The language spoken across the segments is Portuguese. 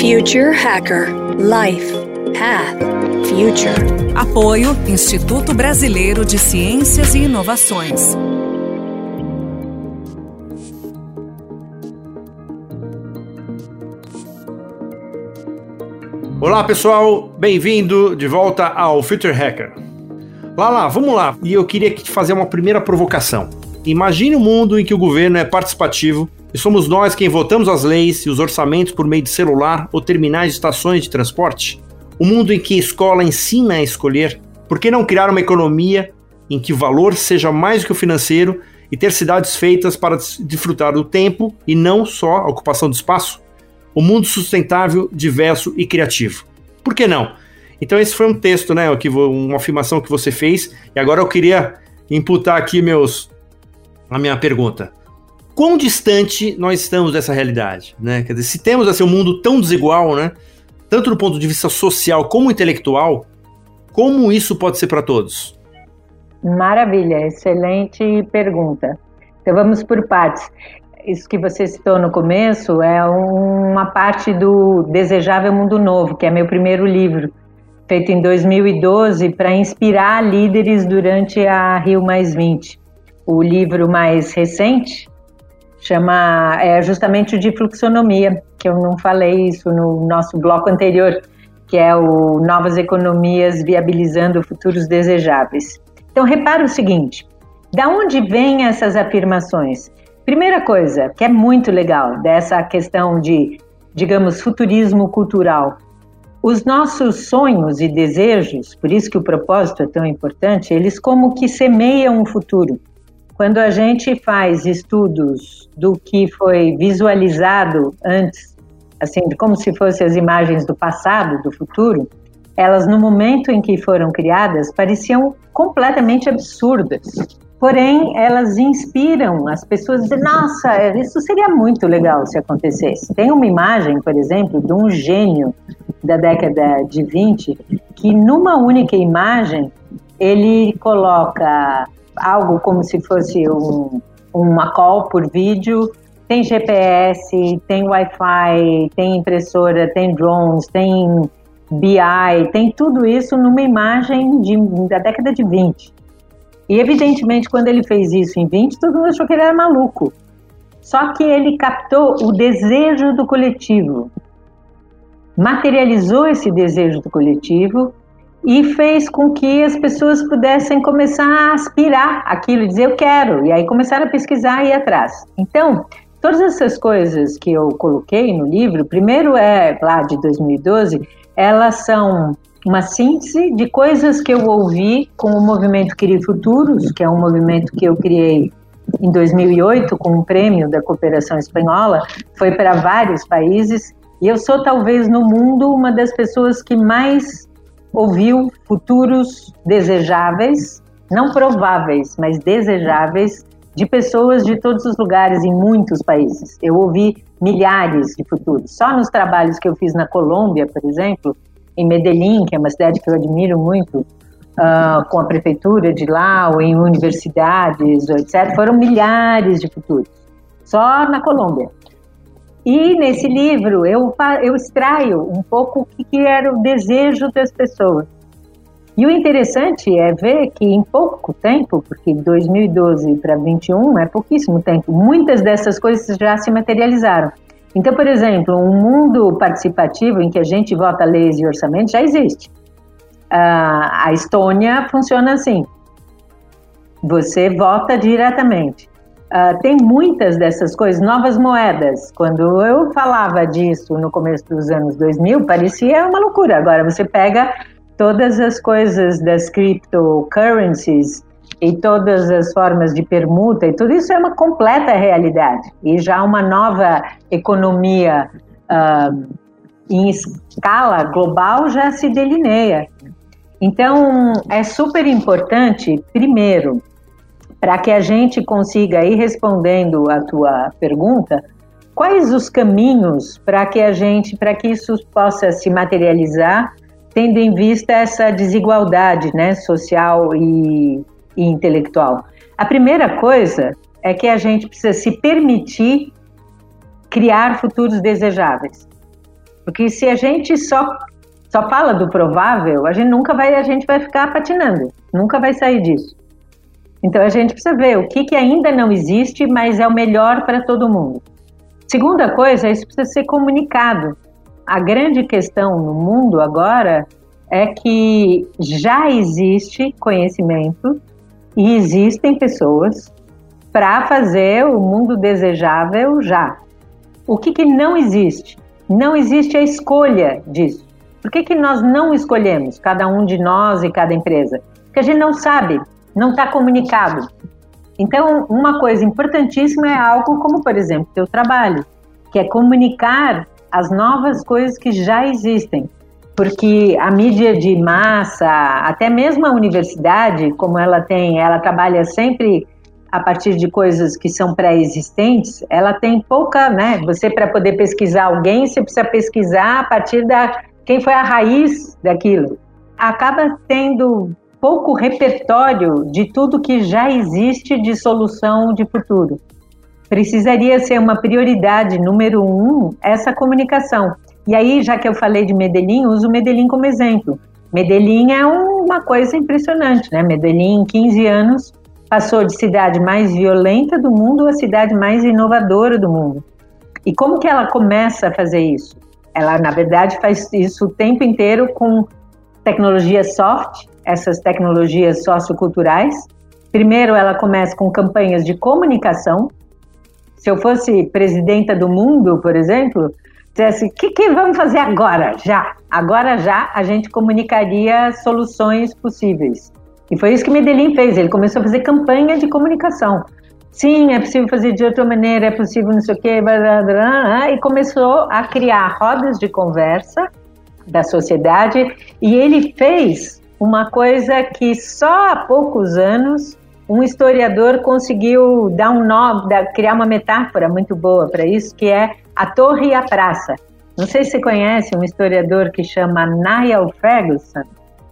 Future Hacker Life Path Future. Apoio Instituto Brasileiro de Ciências e Inovações. Olá pessoal, bem-vindo de volta ao Future Hacker. Lala, vamos lá. E eu queria te fazer uma primeira provocação. Imagine um mundo em que o governo é participativo e somos nós quem votamos as leis e os orçamentos por meio de celular ou terminais de estações de transporte. Um mundo em que a escola ensina a escolher. Por que não criar uma economia em que o valor seja mais do que o financeiro e ter cidades feitas para desfrutar do tempo e não só a ocupação do espaço? Um mundo sustentável, diverso e criativo. Por que não? Então esse foi um texto, né, uma afirmação que você fez, e agora eu queria imputar aqui a minha pergunta. Quão distante nós estamos dessa realidade, né? Quer dizer, se temos assim, um mundo tão desigual, né, tanto do ponto de vista social como intelectual, como isso pode ser para todos? Maravilha, excelente pergunta. Então vamos por partes. Isso que você citou no começo é uma parte do Desejável Mundo Novo, que é meu primeiro livro, feito em 2012 para inspirar líderes durante a Rio+20. O livro mais recente é justamente o de fluxonomia, que eu não falei isso no nosso bloco anterior, que é o Novas Economias Viabilizando Futuros Desejáveis. Então, repara o seguinte, da onde vêm essas afirmações? Primeira coisa, que é muito legal dessa questão de, digamos, futurismo cultural. Os nossos sonhos e desejos, por isso que o propósito é tão importante, eles como que semeiam o futuro. Quando a gente faz estudos do que foi visualizado antes, assim, como se fossem as imagens do passado, do futuro, elas no momento em que foram criadas pareciam completamente absurdas. Porém, elas inspiram as pessoas a dizer, nossa, isso seria muito legal se acontecesse. Tem uma imagem, por exemplo, de um gênio da década de 20, que numa única imagem, ele coloca algo como se fosse uma call por vídeo, tem GPS, tem Wi-Fi, tem impressora, tem drones, tem BI, tem tudo isso numa imagem da década de 20. E, evidentemente, quando ele fez isso em 20, todo mundo achou que ele era maluco. Só que ele captou o desejo do coletivo, materializou esse desejo do coletivo e fez com que as pessoas pudessem começar a aspirar aquilo, dizer eu quero, e aí começaram a pesquisar e ir atrás. Então, todas essas coisas que eu coloquei no livro, primeiro lá de 2012, elas são uma síntese de coisas que eu ouvi com o movimento Crie Futuros, que é um movimento que eu criei em 2008 com um prêmio da cooperação espanhola, foi para vários países, e eu sou talvez no mundo uma das pessoas que mais ouviu futuros desejáveis, não prováveis, mas desejáveis, de pessoas de todos os lugares, em muitos países. Eu ouvi milhares de futuros. Só nos trabalhos que eu fiz na Colômbia, por exemplo, em Medellín, que é uma cidade que eu admiro muito, com a prefeitura de lá, ou em universidades, etc., foram milhares de futuros, só na Colômbia. E nesse livro eu extraio um pouco o que era o desejo das pessoas. E o interessante é ver que em pouco tempo, porque 2012 para 2021 é pouquíssimo tempo, muitas dessas coisas já se materializaram. Então, por exemplo, um mundo participativo em que a gente vota leis e orçamentos já existe. A Estônia funciona assim. Você vota diretamente. Tem muitas dessas coisas, novas moedas. Quando eu falava disso no começo dos anos 2000, parecia uma loucura. Agora você pega todas as coisas das cryptocurrencies e todas as formas de permuta, e tudo isso é uma completa realidade. E já uma nova economia em escala global já se delineia. Então, é super importante, primeiro, para que a gente consiga ir respondendo a tua pergunta, quais os caminhos para que isso possa se materializar, tendo em vista essa desigualdade, né, social e intelectual. A primeira coisa é que a gente precisa se permitir criar futuros desejáveis. Porque se a gente só fala do provável, a gente vai ficar patinando, nunca vai sair disso. Então a gente precisa ver o que ainda não existe, mas é o melhor para todo mundo. Segunda coisa, isso precisa ser comunicado. A grande questão no mundo agora é que já existe conhecimento e existem pessoas para fazer o mundo desejável já. O que não existe? Não existe a escolha disso. Por que nós não escolhemos, cada um de nós e cada empresa? Porque a gente não sabe, não está comunicado. Então, uma coisa importantíssima é algo como, por exemplo, o teu trabalho, que é comunicar as novas coisas que já existem. Porque a mídia de massa, até mesmo a universidade, como ela trabalha sempre a partir de coisas que são pré-existentes, ela tem pouca, né? Você, para poder pesquisar alguém, você precisa pesquisar a partir da quem foi a raiz daquilo. Acaba tendo pouco repertório de tudo que já existe de solução de futuro. Precisaria ser uma prioridade número 1 essa comunicação. E aí, já que eu falei de Medellín, uso Medellín como exemplo. Medellín é uma coisa impressionante, né? Medellín, em 15 anos, passou de cidade mais violenta do mundo a cidade mais inovadora do mundo. E como que ela começa a fazer isso? Ela, na verdade, faz isso o tempo inteiro com tecnologia soft, essas tecnologias socioculturais. Primeiro, ela começa com campanhas de comunicação. Se eu fosse presidenta do mundo, por exemplo, dissesse, o que vamos fazer agora? Já. Agora já a gente comunicaria soluções possíveis. E foi isso que Medellín fez. Ele começou a fazer campanha de comunicação. Sim, é possível fazer de outra maneira, é possível não sei o quê, blá, blá, blá, e começou a criar rodas de conversa da sociedade. E ele fez uma coisa que só há poucos anos um historiador conseguiu dar um nome, criar uma metáfora muito boa para isso, que é a torre e a praça. Não sei se você conhece um historiador que chama Niall Ferguson,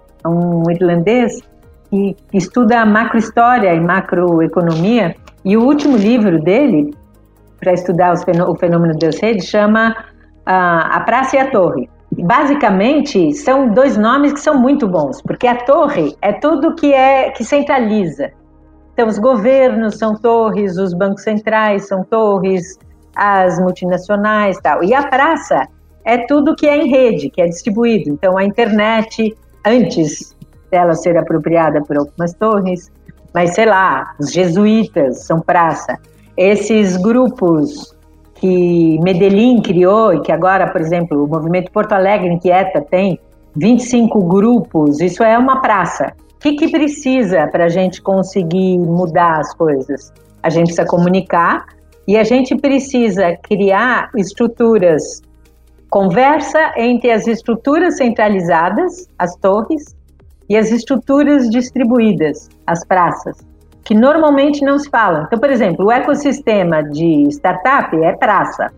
um irlandês, que estuda macrohistória e macroeconomia, e o último livro dele, para estudar o fenômeno das redes, chama A Praça e a Torre. E, basicamente, são dois nomes que são muito bons, porque a torre é tudo que centraliza. Então, os governos são torres, os bancos centrais são torres, as multinacionais e tal. E a praça é tudo que é em rede, que é distribuído. Então, a internet, antes dela ser apropriada por algumas torres, mas, sei lá, os jesuítas são praça. Esses grupos que Medellín criou e que agora, por exemplo, o movimento Porto Alegre Inquieta tem 25 grupos, isso é uma praça. O que precisa para a gente conseguir mudar as coisas? A gente precisa comunicar e a gente precisa criar estruturas, conversa entre as estruturas centralizadas, as torres, e as estruturas distribuídas, as praças, que normalmente não se falam. Então, por exemplo, o ecossistema de startup é praça.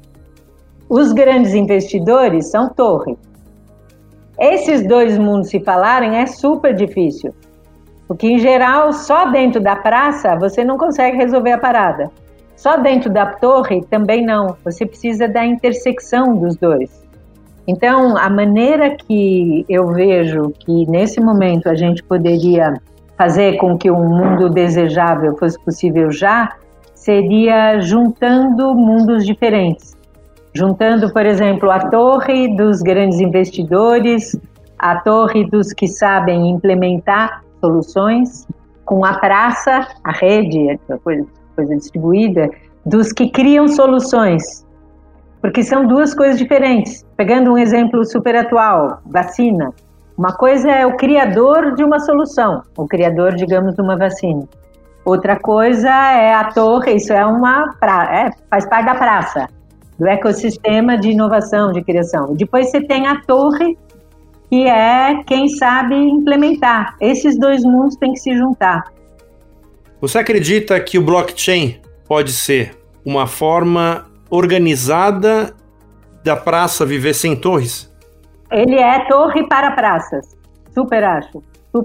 Os grandes investidores são torre. Esses dois mundos se falarem é super difícil, porque, em geral, só dentro da praça você não consegue resolver a parada. Só dentro da torre também não. Você precisa da intersecção dos dois. Então, a maneira que eu vejo que, nesse momento, a gente poderia fazer com que um mundo desejável fosse possível já, seria juntando mundos diferentes. Juntando, por exemplo, a torre dos grandes investidores, a torre dos que sabem implementar soluções, com a praça, a rede, a coisa distribuída, dos que criam soluções. Porque são duas coisas diferentes. Pegando um exemplo super atual, vacina. Uma coisa é o criador de uma solução, o criador, digamos, de uma vacina. Outra coisa é a torre, isso é faz parte da praça, do ecossistema de inovação, de criação. Depois você tem a torre, que é quem sabe implementar. Esses dois mundos têm que se juntar. Você acredita que o blockchain pode ser uma forma organizada da praça viver sem torres? Ele é torre para praças. Super acho.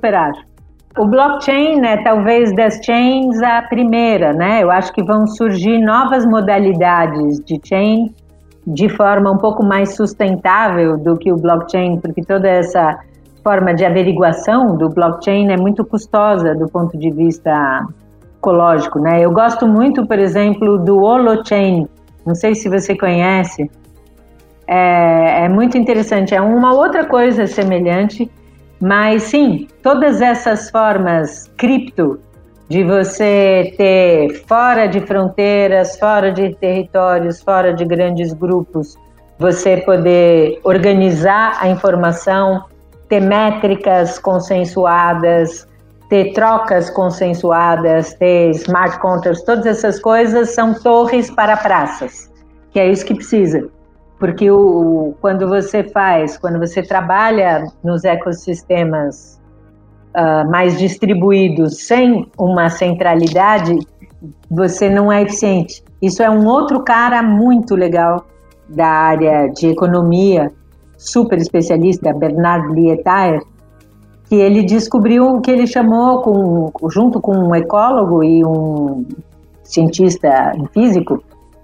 O blockchain, né, talvez das chains a primeira, né? Eu acho que vão surgir novas modalidades de chain de forma um pouco mais sustentável do que o blockchain, porque toda essa forma de averiguação do blockchain é muito custosa do ponto de vista ecológico, né? Eu gosto muito, por exemplo, do Holochain, não sei se você conhece, é muito interessante, é uma outra coisa semelhante, mas sim, todas essas formas cripto de você ter fora de fronteiras, fora de territórios, fora de grandes grupos, você poder organizar a informação, ter métricas consensuadas, ter trocas consensuadas, ter smart contracts, todas essas coisas são torres para praças, que é isso que precisa. Porque quando você trabalha nos ecossistemas mais distribuídos, sem uma centralidade, você não é eficiente. Isso é um outro cara muito legal da área de economia, super especialista, Bernard Lietaer, que ele descobriu o que ele chamou, junto com um ecólogo e um cientista físico,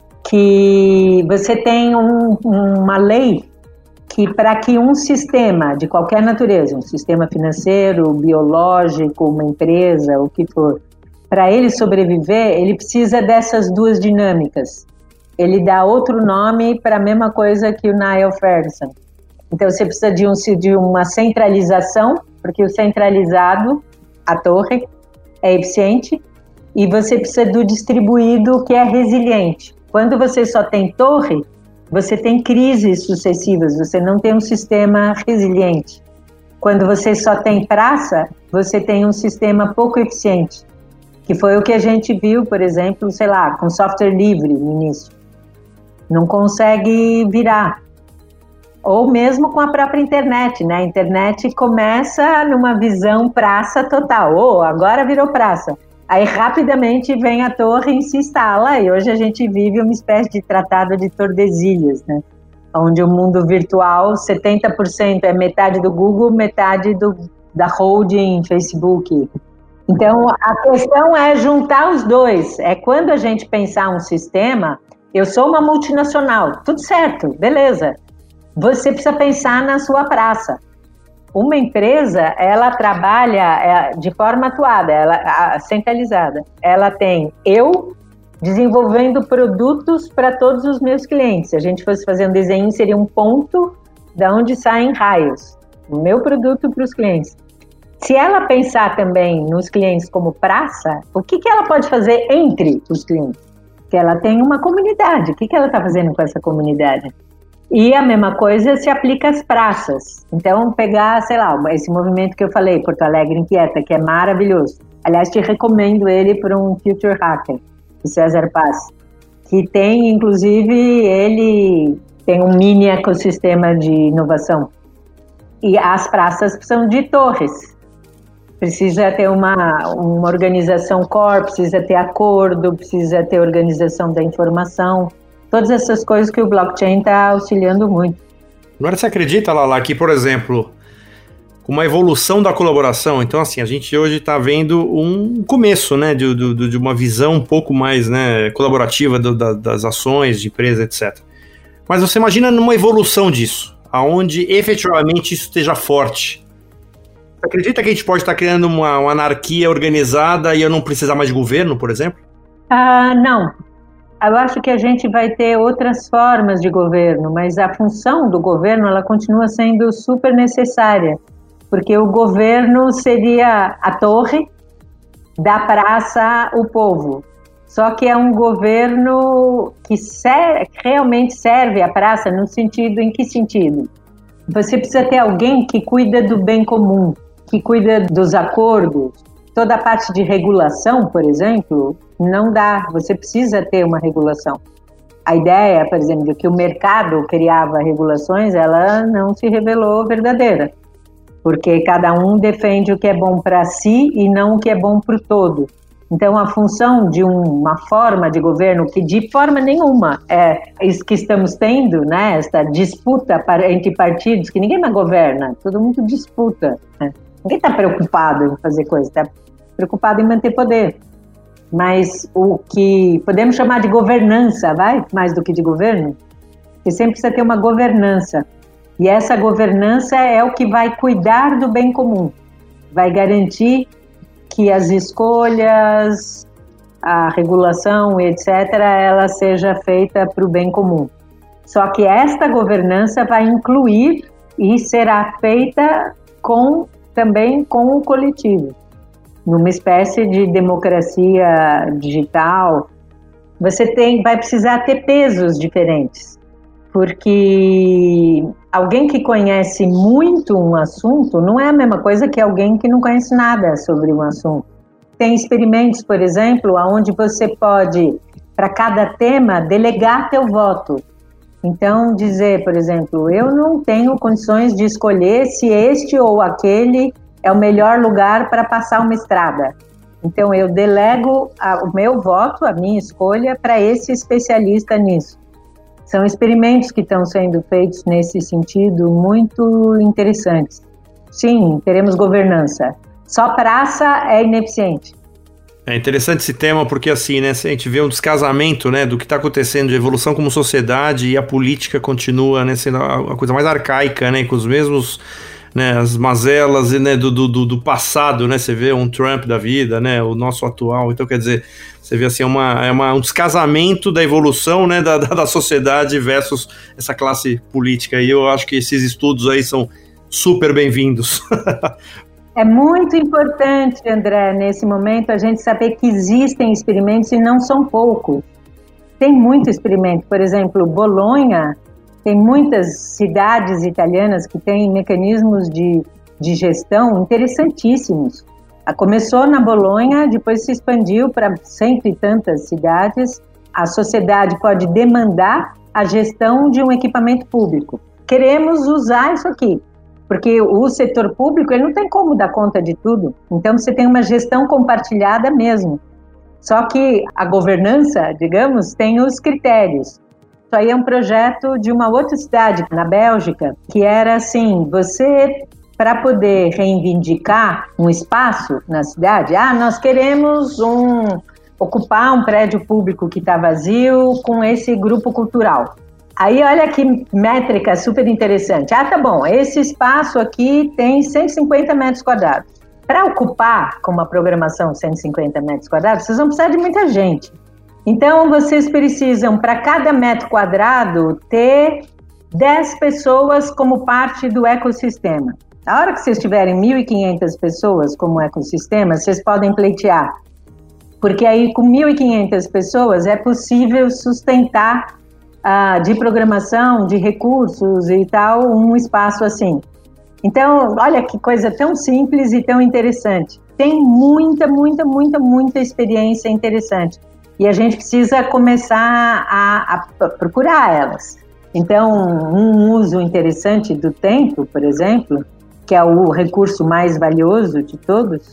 que você tem uma lei que para que um sistema de qualquer natureza, um sistema financeiro, biológico, uma empresa, o que for, para ele sobreviver, ele precisa dessas duas dinâmicas. Ele dá outro nome para a mesma coisa que o Niall Ferguson. Então você precisa de uma centralização, porque o centralizado, a torre, é eficiente, e você precisa do distribuído, que é resiliente. Quando você só tem torre, você tem crises sucessivas, você não tem um sistema resiliente. Quando você só tem praça, você tem um sistema pouco eficiente, que foi o que a gente viu, por exemplo, sei lá, com software livre no início. Não consegue virar. Ou mesmo com a própria internet, né? A internet começa numa visão praça total. Agora virou praça. Aí rapidamente vem a torre e se instala, e hoje a gente vive uma espécie de tratado de Tordesilhas, né? Onde o mundo virtual, 70% é metade do Google, metade da holding Facebook. Então, a questão é juntar os dois. É quando a gente pensar um sistema, eu sou uma multinacional, tudo certo, beleza. Você precisa pensar na sua praça. Uma empresa, ela trabalha de forma atuada, centralizada. Ela tem eu desenvolvendo produtos para todos os meus clientes. Se a gente fosse fazer um desenho, seria um ponto da onde saem raios. O meu produto para os clientes. Se ela pensar também nos clientes como praça, o que ela pode fazer entre os clientes? Que ela tem uma comunidade. O que ela está fazendo com essa comunidade? E a mesma coisa se aplica às praças. Então, pegar, sei lá, esse movimento que eu falei, Porto Alegre Inquieta, que é maravilhoso. Aliás, te recomendo ele para um Future Hacker, o César Paz, que tem, inclusive, ele tem um mini ecossistema de inovação. E as praças são de torres. Precisa ter uma organização core, precisa ter acordo, precisa ter organização da informação. Todas essas coisas que o blockchain está auxiliando muito. Agora você acredita, Lala, que, por exemplo, com uma evolução da colaboração, então assim, a gente hoje está vendo um começo, né, de uma visão um pouco mais, né, colaborativa das ações de empresa, etc. Mas você imagina numa evolução disso, aonde efetivamente isso esteja forte. Você acredita que a gente pode estar criando uma anarquia organizada e eu não precisar mais de governo, por exemplo? Não. Eu acho que a gente vai ter outras formas de governo, mas a função do governo ela continua sendo super necessária, porque o governo seria a torre, da praça o povo. Só que é um governo que realmente serve a praça no sentido, em que sentido? Você precisa ter alguém que cuida do bem comum, que cuida dos acordos. Toda a parte de regulação, por exemplo, não dá, você precisa ter uma regulação. A ideia, por exemplo, de que o mercado criava regulações, ela não se revelou verdadeira, porque cada um defende o que é bom para si e não o que é bom para o todo. Então, a função de uma forma de governo que de forma nenhuma é isso que estamos tendo, né? Essa disputa entre partidos, que ninguém mais governa, todo mundo disputa, né? Ninguém está preocupado em fazer coisa, está preocupado em manter poder. Mas o que podemos chamar de governança, mais do que de governo, Você sempre precisa ter uma governança. E essa governança é o que vai cuidar do bem comum. Vai garantir que as escolhas, a regulação, etc., ela seja feita para o bem comum. Só que esta governança vai incluir e será feita também com o coletivo. Numa espécie de democracia digital, você vai precisar ter pesos diferentes, porque alguém que conhece muito um assunto não é a mesma coisa que alguém que não conhece nada sobre um assunto. Tem experimentos, por exemplo, onde você pode, para cada tema, delegar teu voto. Então, dizer, por exemplo, eu não tenho condições de escolher se este ou aquele é o melhor lugar para passar uma estrada. Então, eu delego o meu voto, a minha escolha, para esse especialista nisso. São experimentos que estão sendo feitos nesse sentido muito interessantes. Sim, teremos governança. Só praça é ineficiente. É interessante esse tema porque, assim, né, a gente vê um descasamento, né, do que está acontecendo de evolução como sociedade e a política continua, né, sendo a coisa mais arcaica, né, com os mesmos, né, as mazelas, né, do passado, né, você vê um Trump da vida, né, o nosso atual, então quer dizer, você vê assim, um descasamento da evolução, né, da sociedade versus essa classe política, e eu acho que esses estudos aí são super bem-vindos. É muito importante, André, nesse momento, a gente saber que existem experimentos e não são poucos. Tem muito experimento. Por exemplo, Bolonha, tem muitas cidades italianas que têm mecanismos de gestão interessantíssimos. Começou na Bolonha, depois se expandiu para 100 e tantas cidades. A sociedade pode demandar a gestão de um equipamento público. Queremos usar isso aqui. Porque o setor público ele não tem como dar conta de tudo. Então, você tem uma gestão compartilhada mesmo. Só que a governança, digamos, tem os critérios. Isso aí é um projeto de uma outra cidade, na Bélgica, que era assim, você, para poder reivindicar um espaço na cidade, nós queremos ocupar um prédio público que está vazio com esse grupo cultural. Aí, olha que métrica super interessante. Tá bom, esse espaço aqui tem 150 metros quadrados. Para ocupar com uma programação 150 metros quadrados, vocês vão precisar de muita gente. Então, vocês precisam, para cada metro quadrado, ter 10 pessoas como parte do ecossistema. A hora que vocês tiverem 1.500 pessoas como ecossistema, vocês podem pleitear. Porque aí, com 1.500 pessoas, é possível sustentar de programação, de recursos e tal, um espaço assim. Então, olha que coisa tão simples e tão interessante. Tem muita experiência interessante. E a gente precisa começar a procurar elas. Então, um uso interessante do tempo, por exemplo, que é o recurso mais valioso de todos,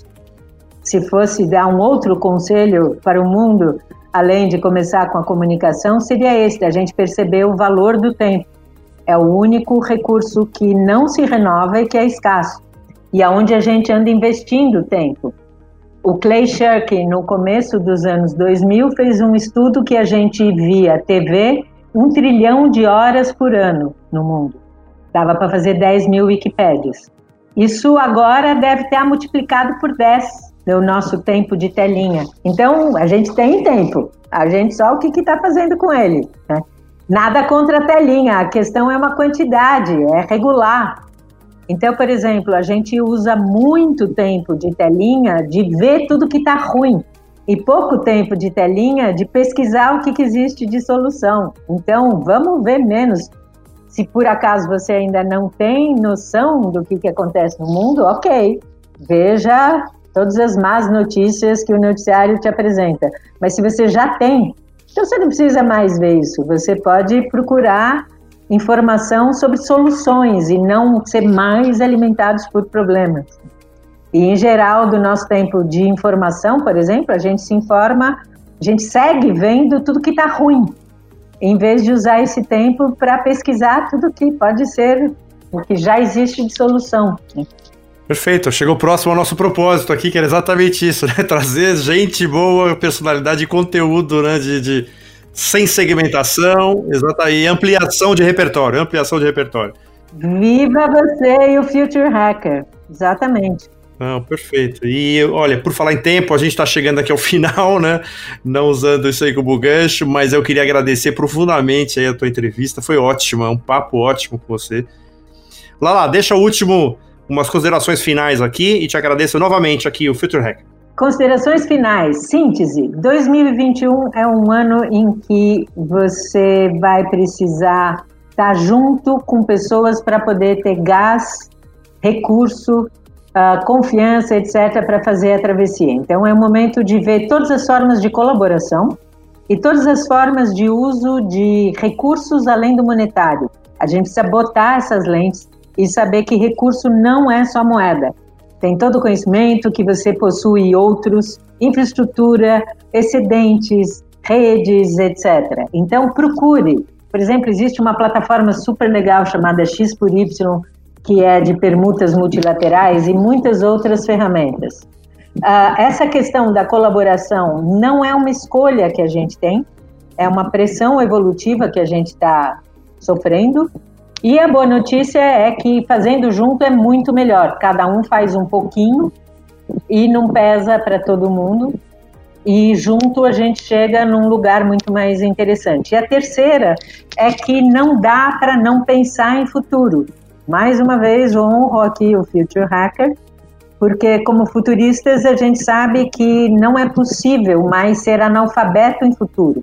se fosse dar um outro conselho para o mundo, além de começar com a comunicação, seria esse, a gente perceber o valor do tempo. É o único recurso que não se renova e que é escasso. E aonde a gente anda investindo tempo. O Clay Shirky, no começo dos anos 2000, fez um estudo que a gente via TV 1 trilhão de horas por ano no mundo. Dava para fazer 10 mil Wikipédias. Isso agora deve ter multiplicado por 10 do nosso tempo de telinha. Então, a gente tem tempo. A gente só o que está fazendo com ele, né? Nada contra a telinha. A questão é uma quantidade, é regular. Então, por exemplo, a gente usa muito tempo de telinha de ver tudo que está ruim e pouco tempo de telinha de pesquisar o que existe de solução. Então, vamos ver menos. Se por acaso você ainda não tem noção do que acontece no mundo, ok, veja todas as más notícias que o noticiário te apresenta. Mas se você já tem, então você não precisa mais ver isso. Você pode procurar informação sobre soluções e não ser mais alimentados por problemas. E, em geral, do nosso tempo de informação, por exemplo, a gente se informa, a gente segue vendo tudo que está ruim, em vez de usar esse tempo para pesquisar tudo que pode ser o que já existe de solução. Perfeito, chegou próximo ao nosso propósito aqui, que era exatamente isso, né? Trazer gente boa, personalidade e conteúdo, né? De Sem segmentação, exato, e ampliação de repertório. Viva você e o Future Hacker, exatamente. Não, perfeito. E olha, por falar em tempo, a gente está chegando aqui ao final, né? Não usando isso aí como gancho, mas eu queria agradecer profundamente aí a tua entrevista. Foi ótima, um papo ótimo com você. Lala, deixa umas considerações finais aqui e te agradeço novamente aqui o Future Hacker. Considerações finais, síntese. 2021 é um ano em que você vai precisar estar junto com pessoas para poder ter gás, recurso, confiança, etc., para fazer a travessia. Então, é o momento de ver todas as formas de colaboração e todas as formas de uso de recursos além do monetário. A gente precisa botar essas lentes e saber que recurso não é só moeda. Tem todo o conhecimento que você possui outros, infraestrutura, excedentes, redes, etc. Então, procure. Por exemplo, existe uma plataforma super legal chamada X por Y, que é de permutas multilaterais e muitas outras ferramentas. Essa questão da colaboração não é uma escolha que a gente tem, é uma pressão evolutiva que a gente está sofrendo, e a boa notícia é que fazendo junto é muito melhor, cada um faz um pouquinho e não pesa para todo mundo, e junto a gente chega num lugar muito mais interessante. E a terceira é que não dá para não pensar em futuro. Mais uma vez, honro aqui o Future Hacker, porque como futuristas a gente sabe que não é possível mais ser analfabeto em futuro.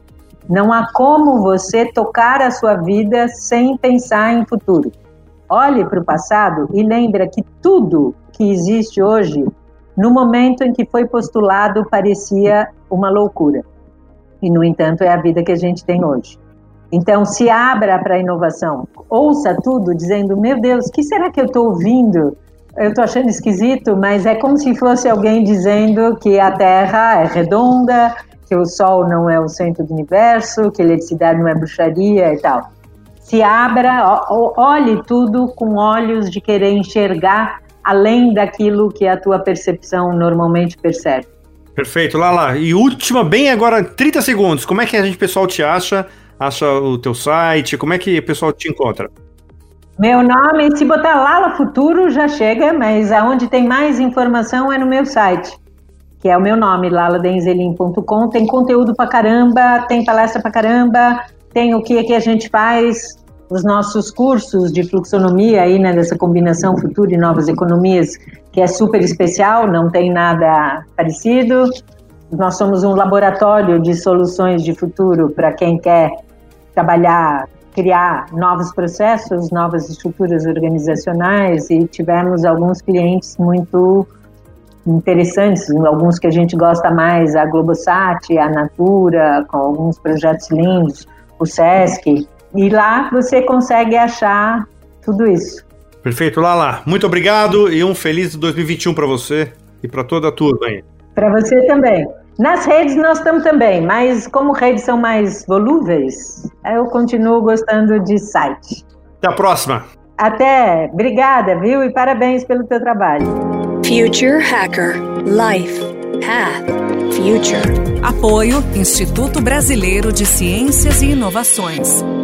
Não há como você tocar a sua vida sem pensar em futuro. Olhe para o passado e lembra que tudo que existe hoje, no momento em que foi postulado, parecia uma loucura. E, no entanto, é a vida que a gente tem hoje. Então, se abra para a inovação. Ouça tudo dizendo, meu Deus, o que será que eu estou ouvindo? Eu estou achando esquisito, mas é como se fosse alguém dizendo que a Terra é redonda, que o Sol não é o centro do universo, que a eletricidade não é bruxaria e tal. Se abra, olhe tudo com olhos de querer enxergar além daquilo que a tua percepção normalmente percebe. Perfeito, Lala. E última, bem agora, 30 segundos. Como é que o pessoal te acha? Acha o teu site? Como é que o pessoal te encontra? Meu nome, se botar Lala Futuro já chega, mas aonde tem mais informação é no meu site, que é o meu nome, laladenzelin.com. Tem conteúdo pra caramba, tem palestra pra caramba, tem o que a gente faz, os nossos cursos de fluxonomia aí, né, dessa combinação futuro e novas economias, que é super especial, não tem nada parecido. Nós somos um laboratório de soluções de futuro para quem quer trabalhar, criar novos processos, novas estruturas organizacionais, e tivemos alguns clientes muito interessantes, alguns que a gente gosta mais, a Globosat, a Natura, com alguns projetos lindos, o Sesc, e lá você consegue achar tudo isso. Perfeito, Lala. Muito obrigado e um feliz 2021 para você e para toda a turma aí. Para você também. Nas redes nós estamos também, mas como redes são mais volúveis, eu continuo gostando de site. Até a próxima. Até. Obrigada, viu? E parabéns pelo teu trabalho. Future Hacker. Life. Path. Future. Apoio Instituto Brasileiro de Ciências e Inovações.